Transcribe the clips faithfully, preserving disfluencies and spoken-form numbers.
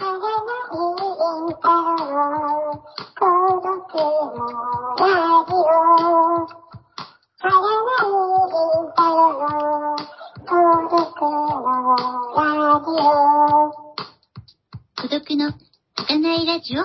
孤独の儚いラジオ。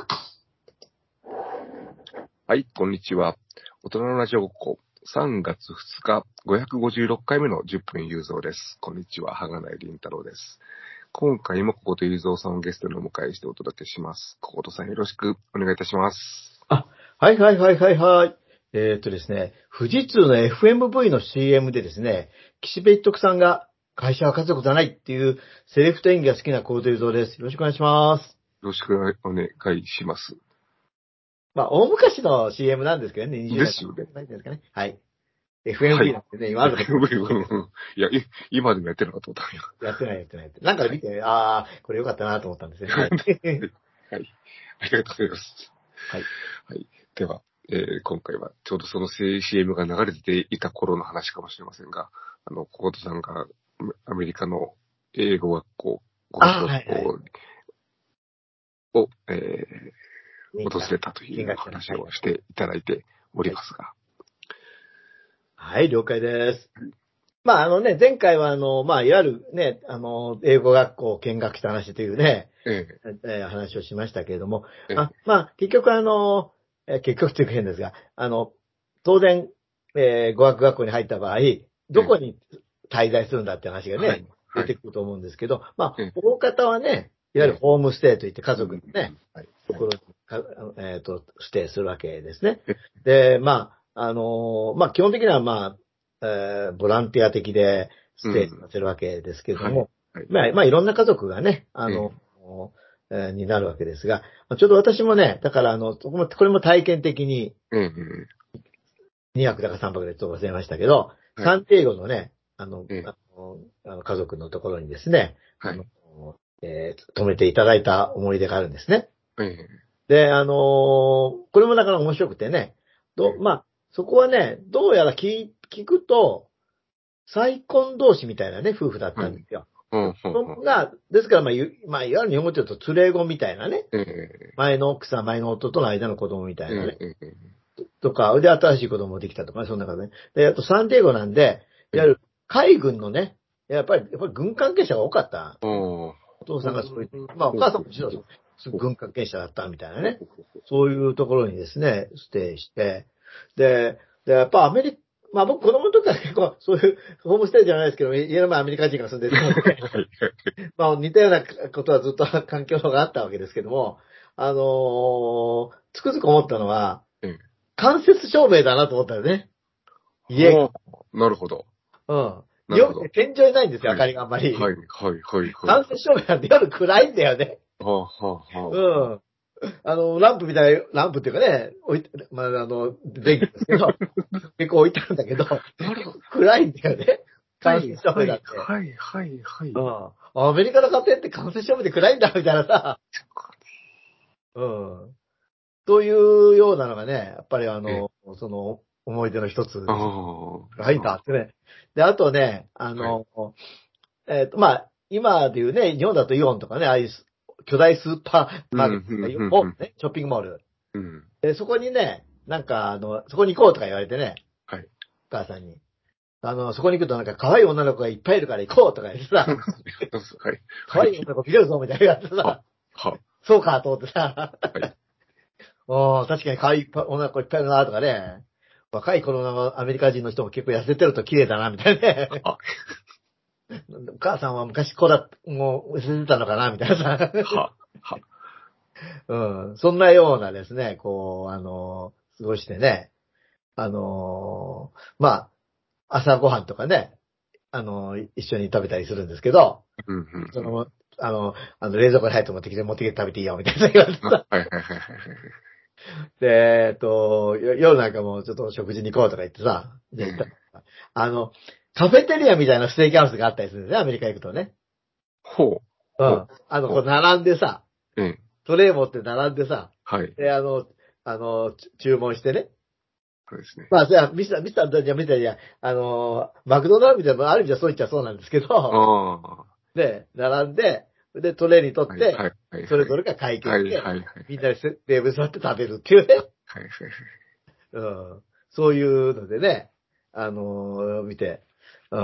はい、こんにちは。大人のラジオごっこさんがつふつかごひゃくごじゅうろっかいめのじゅっぷん有造です。こんにちは、はがないりんたろうです。今回もここと有造さんをゲストにお迎えしてお届けします。こことさんよろしくお願いいたします。 あ、はいはいはいはいはい。えー、っとですね、富士通の エフエムブイ の シーエム でですね、岸辺一徳さんが会社は家族じゃないっていうセレクト演技が好きなコード有造です。よろしくお願いします。 よろしくお願いします。 まあ、大昔の シーエム なんですけどね、にじゅうねんですよね。 ないですかね。はい。エフエムブイ なんてね、今あること。 いや、今でもやってるのかと思ったんや。 やってないやってない。なんか見て、はい、ああ、これよかったなと思ったんですね。はい。はい。 ありがとうございます。 はい。 はい。では、えー、今回はちょうどその シーエム が流れていた頃の話かもしれませんが、あの、ココトさんがアメリカの英語学校、語学学校を、えー、訪れたという話をしていただいておりますが。 はい、了解です。まあ、あのね、前回はあの、まあ、いわゆるね、あの、英語学校を見学した話というね、えええー、話をしましたけれども、ええ、あまあ、結局あの、えー、結局というか変ですが、あの、当然、えー、語学学校に入った場合、どこに滞在するんだって話がね、はいはい、出てくると思うんですけど、まあ、大方はね、いわゆるホームステイといって家族のね、はい、ところにか、えっと、ステイするわけですね。で、まあ、あの、まあ、基本的にはまあ、えー、ボランティア的でステイさせるわけですけれども、うんはいはい、まあ、まあ、いろんな家族がね、あの、えーえー、になるわけですが、ちょうど私もね、だからあの、これも体験的に、にはくだかさんぱくでちょっと忘れましたけど、はい、サンディエゴのね、あの、えー、あの、あの家族のところにですね、はい、あの、えー、泊めていただいた思い出があるんですね。えー、で、あのー、これもなかなか面白くてね、どまあ、そこはね、どうやら聞聞くと、再婚同士みたいなね、夫婦だったんですよ。うんうんうん、が、ですから、まあ、まあ、いわゆる日本語で言うと、連れ子みたいなね、えー、前の奥さん、前の夫との間の子供みたいなね、えー、とか、で、新しい子供できたとか、そんな感じね。で、あと、サンディエゴなんで、いわゆる海軍のね、やっぱり、やっぱり軍関係者が多かった。お父さんがそういう、まあ、お母さんももちろん軍関係者だったみたいなね、そういうところにですね、ステイして、で、で、やっぱアメリカ、まあ僕子供の時から結構そういうホームステイじゃないですけど、家の前アメリカ人が住んでるので、まあ似たようなことはずっと環境があったわけですけども、あのー、つくづく思ったのは、うん、間接照明だなと思ったよね。家が。 なるほど。 うん。夜って天井にないんですよ、はい、明かりがあんまり。 はい、はい、はい、はい。 間接照明なんて夜暗いんだよね。 はあ、はあ、はあ。うん。あの、ランプみたいな、ランプっていうかね、置いて、まあ、あの、電気ですけど、結構置いてあるんだけど、暗いんだよね。間接照明だって。 はい、はい、はい。 うん。アメリカの家庭って間接照明で暗いんだ、みたいなさ。うん。というようなのがね、やっぱりあの、その、思い出の一つ。はいんだってね。で、あとね、あの、はい、えっ、ー、と、まあ、今でいうね、日本だとイオンとかね、ああいう巨大スーパーマーケットとかいう、ね、ショッピングモール。うん、で、そこにね、なんか、あの、そこに行こうとか言われてね。はい。お母さんに。あの、そこに行くとなんか可愛い女の子がいっぱいいるから行こうとか言ってさ。はい。可愛い女の子見れるぞみたいなやつさ。は。は。そうかと思ってさ。はい。おー、確かに可愛い女の子いっぱいいるなとかね。若い頃のアメリカ人の人も結構痩せてると綺麗だなみたいなね。は。お母さんは昔こうだ、もう痩せてたのかなみたいなさ。は。は。うん。そんなようなですね、こう、あの、過ごしてね。あの、まあ、朝ごはんとかね、あの、一緒に食べたりするんですけど、うんうんうん、その、あの、あの、冷蔵庫に入って持ってきて、持ってきて食べていいよ、みたいな言われてさ。はいはいはいはい。で、えっと、夜なんかもちょっと食事に行こうとか言ってさ、で、うん、あの、カフェテリアみたいなステーキハウスがあったりするんですね、アメリカ行くとね。ほう。うん。あの、こう並んでさ、うん。トレイ持って並んでさ、はい。で、あの、あの、注文してね。そうですね。まあ、それは、ミスター、ミスターじゃ、ミスターじゃ、あの、マクドナルドでもある意味じゃそう言っちゃそうなんですけど、あで、並んで、 で、トレーに取って、 はいはいはい、 それぞれが会計して、 はいはいはい、 みんなでテーブル座って食べるっていうね。 はいはいはい。 うん、そういうのでね、あのー、見て、うん、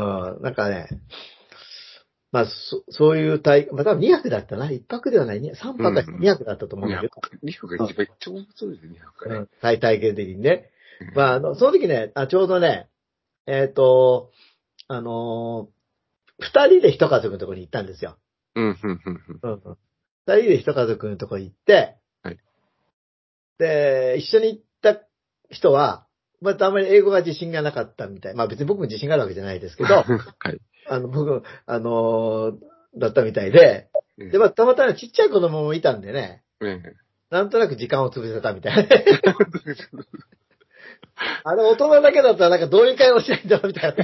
なんかね、まあ、そ、そういう体、まあ多分にはくだったな。いっぱくではない、さんぱくかにはくだったと思うんだけど。 にはくが一番、ちょうどそうですね、にはくがね。 うん、体体験的にね。まあ、あの、その時ね、あ、ちょうどね、えっ、ー、と、あのー、二人で一家族のところに行ったんですよ。 うん、うん、うん、うん。 二人で一家族のところに行って、 はい。 で、一緒に行った人は、またあんまり英語が自信がなかったみたい。まあ別に僕も自信があるわけじゃないですけど、 はい。 あの、僕、あのー、だったみたいで、で、まあたまたまちっちゃい子供もいたんでね、なんとなく時間を潰せたみたいな。あれ、大人だけだったらなんかどういう会話しないんだろうみたいな。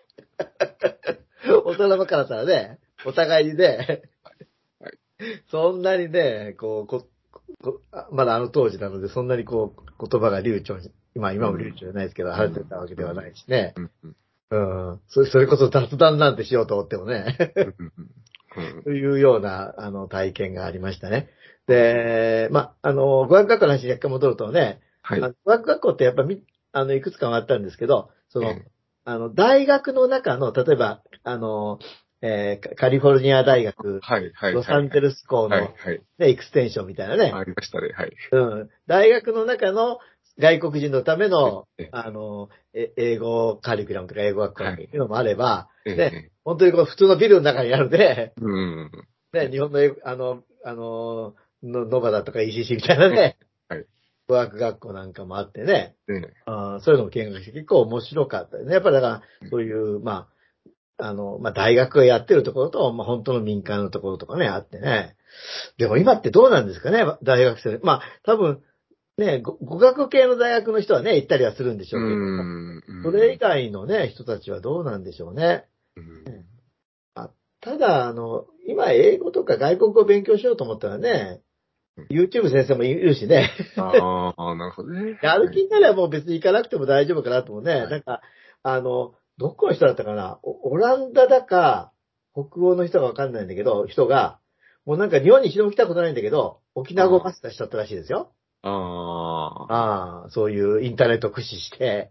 大人ばっかだったらね、お互いにね、そんなにね、こう、ここまだあの当時なので、そんなにこう、言葉が流暢に、今、今も流暢じゃないですけど、話せたわけではないしね。うん。それそれこそ雑談なんてしようと思ってもね。というような、あの、体験がありましたね。で、ま、あの、語学学校の話に若干戻るとね、はい、語学学校ってやっぱみ、あの、いくつかあったんですけど、その、あの、大学の中の、例えば、あの、えー、カリフォルニア大学、はいはい、ロサンゼルス校の、はいはい、ね、エクステンションみたいなね。 ありましたね、はい。 うん。大学の中の外国人のための、あの、え英語カリキュラムとか英語学校っていうのもあれば、はい、ね、本当にこう普通のビルの中にあるで、うん、ね、日本の英語、あの、あの、のノバダとか イーシーシー みたいなね、はい、語学学校なんかもあってね、うん、あそういうのも見学して結構面白かったですね。やっぱりだから、そういう、まあ、あの、まあ、大学がやってるところと、まあ、本当の民間のところとかね、あってね。でも今ってどうなんですかね、大学生。まあ、多分、ね、語学系の大学の人はね、行ったりはするんでしょうけど、うんそれ以外のね、人たちはどうなんでしょうね。うんあただ、あの、今英語とか外国語を勉強しようと思ったらね、YouTube 先生もいるしね。 ああ、なるほどね。 やる気になればもう別に行かなくても大丈夫かなと思うね。はい、なんか、あの、どこの人だったかなオランダだか、北欧の人がわかんないんだけど、人が、もうなんか日本に一度も来たことないんだけど、沖縄語マスターしちゃったらしいですよ。ああ。ああ、そういうインターネットを駆使して。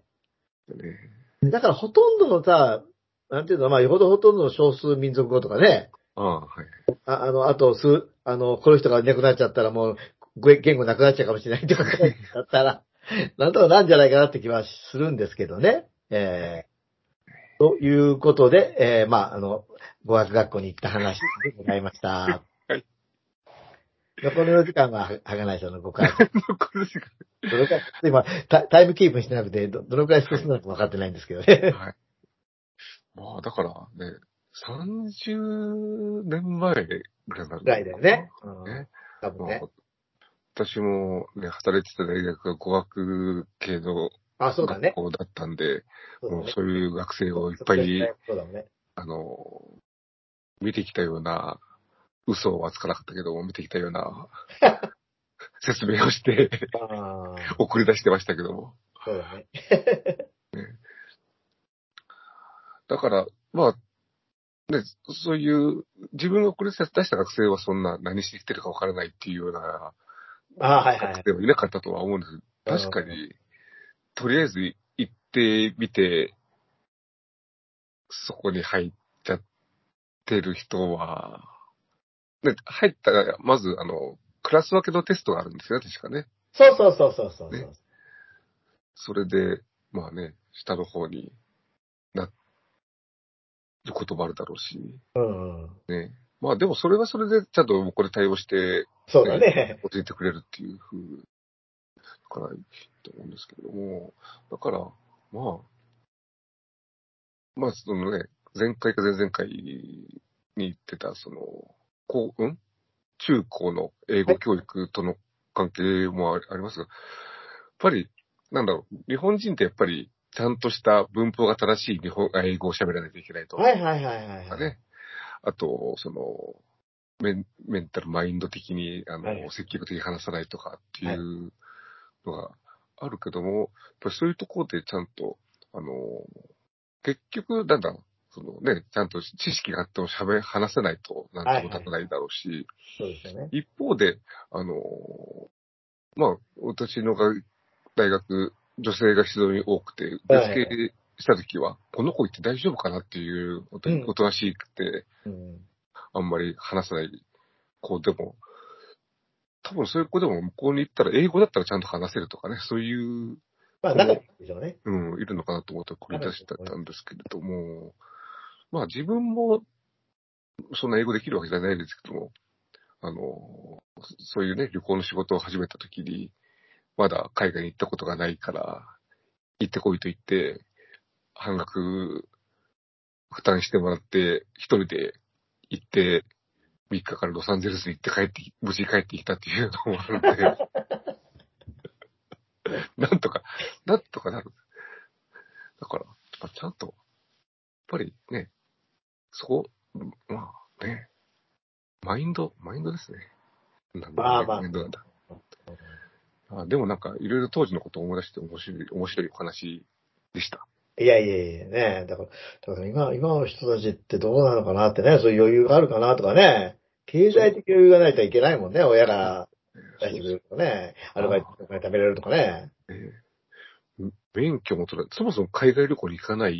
だからほとんどのさ、なんていうの、まあ、よほどほとんどの少数民族語とかね。ああ、はい。ああの、あと、す、あの、この人がいなくなっちゃったらもう、言語なくなっちゃうかもしれないってことだったら、なんとかなんじゃないかなって気はするんですけどね。えー、ということで、えー、まあ、あの、語学学校に行った話でございました。はい。残りの時間は、はがないさんのご感想。残りの時間。どのくらい、今タ、タイムキープしてなくて、ど、どのくらい進んだのか分かってないんですけどね。はい。 まあ、だからね、さんじゅうねんまえぐらいになる。 ぐらいだよね。うん。多分ね。まあ私もね、働いてた大学が語学系の学校だったんで、もうそういう学生をいっぱい、あの、見てきたような、嘘はつかなかったけども、見てきたような説明をして送り出してましたけども。 そうだね。 ねだから、まあ、ね、そういう、自分が送り出した学生はそんな何してきてるかわからないっていうような、 あはいはい。 学生はいなかったとは思うんですけど、確かに、とりあえず行ってみて、そこに入っちゃってる人は、ね、入ったら、まず、あの、クラス分けのテストがあるんですよね、確かね。 そうそうそうそうそう、ね。 それで、まあね、下の方になることもあるだろうし。うんうん。ね。まあでもそれはそれでちゃんとこれ対応して、ね、 そうだね。 教えてくれるっていう風からいいと思うんですけれども、だから、まあ、まあそのね、前回か前々回に言ってた、その、こう、ん中高の英語教育との関係もありますが、やっぱり、なんだろう、日本人ってやっぱり、ちゃんとした文法が正しい日本英語を喋らないといけないと。 はいはいはいはい、はい。 ね。あと、その、メンメンタルマインド的に、あの、はい、積極的に話さないとかっていうのがあるけども、やっぱりそういうところでちゃんと、あの、結局、なんだろう、 そのね、ちゃんと知識があっても喋、話せないとなんとも立たないだろうし、はいはい、 そうですよね。 一方で、あの、まあ、私の大学、女性が非常に多くて、受付したときは、この子行って大丈夫かなっていう、おとなしくて、うん、あんまり話さない子でも、多分そういう子でも向こうに行ったら、英語だったらちゃんと話せるとかね、そういう、 まあ、中にいるでしょうね。 うん、いるのかなと思って繰り出してたんですけれども、まあ自分も、そんな英語できるわけじゃないですけども、あの、そういうね、旅行の仕事を始めたときに、まだ海外に行ったことがないから、行ってこいと言って、半額負担してもらって、一人で行って、みっかからロサンゼルスに行って帰って、無事帰ってきたっていうのもあるんで、なんとか、なんとかなる。だから、ちゃんと、やっぱりね、そこ、まあね、マインド、マインドですね。なんだ、まあまあ、マインドなんだ。あ、でもなんか、いろいろ当時のことを思い出して面白い、面白いお話でした。 いやいやいやね、だから、だから今、今の人たちってどうなのかなってね、そういう余裕があるかなとかね、経済的余裕がないといけないもんね、親が出してくれるとかね、アルバイトとか食べれるとかね。 えー、免許も取られ、そもそも海外旅行に行かない。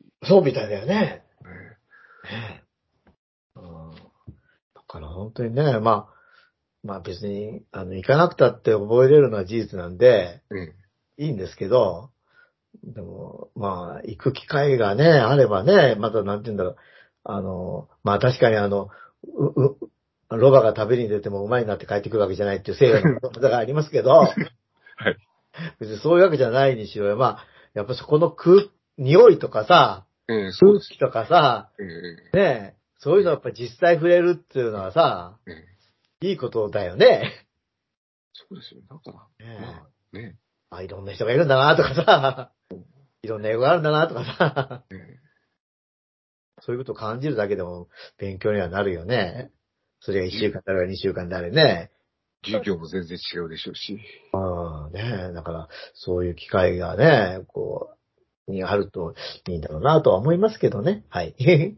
そうみたいだよね。ねうん、だから本当にね、まあ、まあ別に、あの、行かなくたって覚えれるのは事実なんで、うん、いいんですけど、でも、まあ、行く機会がね、あればね、またなんて言うんだろう。あの、まあ確かにあの、う、う、ロバが旅に出ても馬になって帰ってくるわけじゃないっていう西洋のことがありますけど、はい。別にそういうわけじゃないにしろ、まあ、やっぱそこの空、匂いとかさ、えー、空気とかさ、えー、ね、そういうのやっぱ実際触れるっていうのはさ、えー、いいことだよね。 そうですよ。だから、ね、まあね。 あ、いろんな人がいるんだなとかさ、いろんな英語があるんだなとかさ、そういうことを感じるだけでも勉強にはなるよね。それがいっしゅうかんだればにしゅうかんであれね。 授業も全然違うでしょうし。 ああ、ねだから、そういう機会がね、こう、にあるといいんだろうなとは思いますけどね。はい。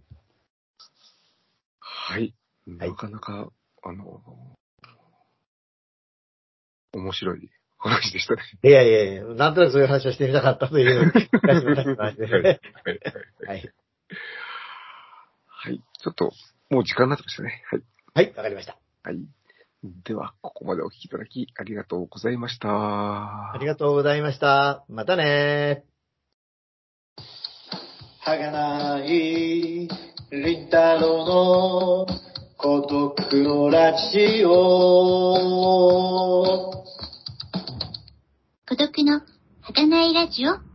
はい。なかなか、はい、あの、面白い話でしたね。 いやいやいや、なんとなくそういう話をしてみたかったという話の話ですね。はい。はい。 はい。はい。ちょっと、もう時間になってましたね。はい。 はい、わかりました。 はい。では、ここまでお聞きいただきありがとうございました。 ありがとうございました。またねー。はがないりんたろうの孤独のラジオ。 孤独の儚いラジオ。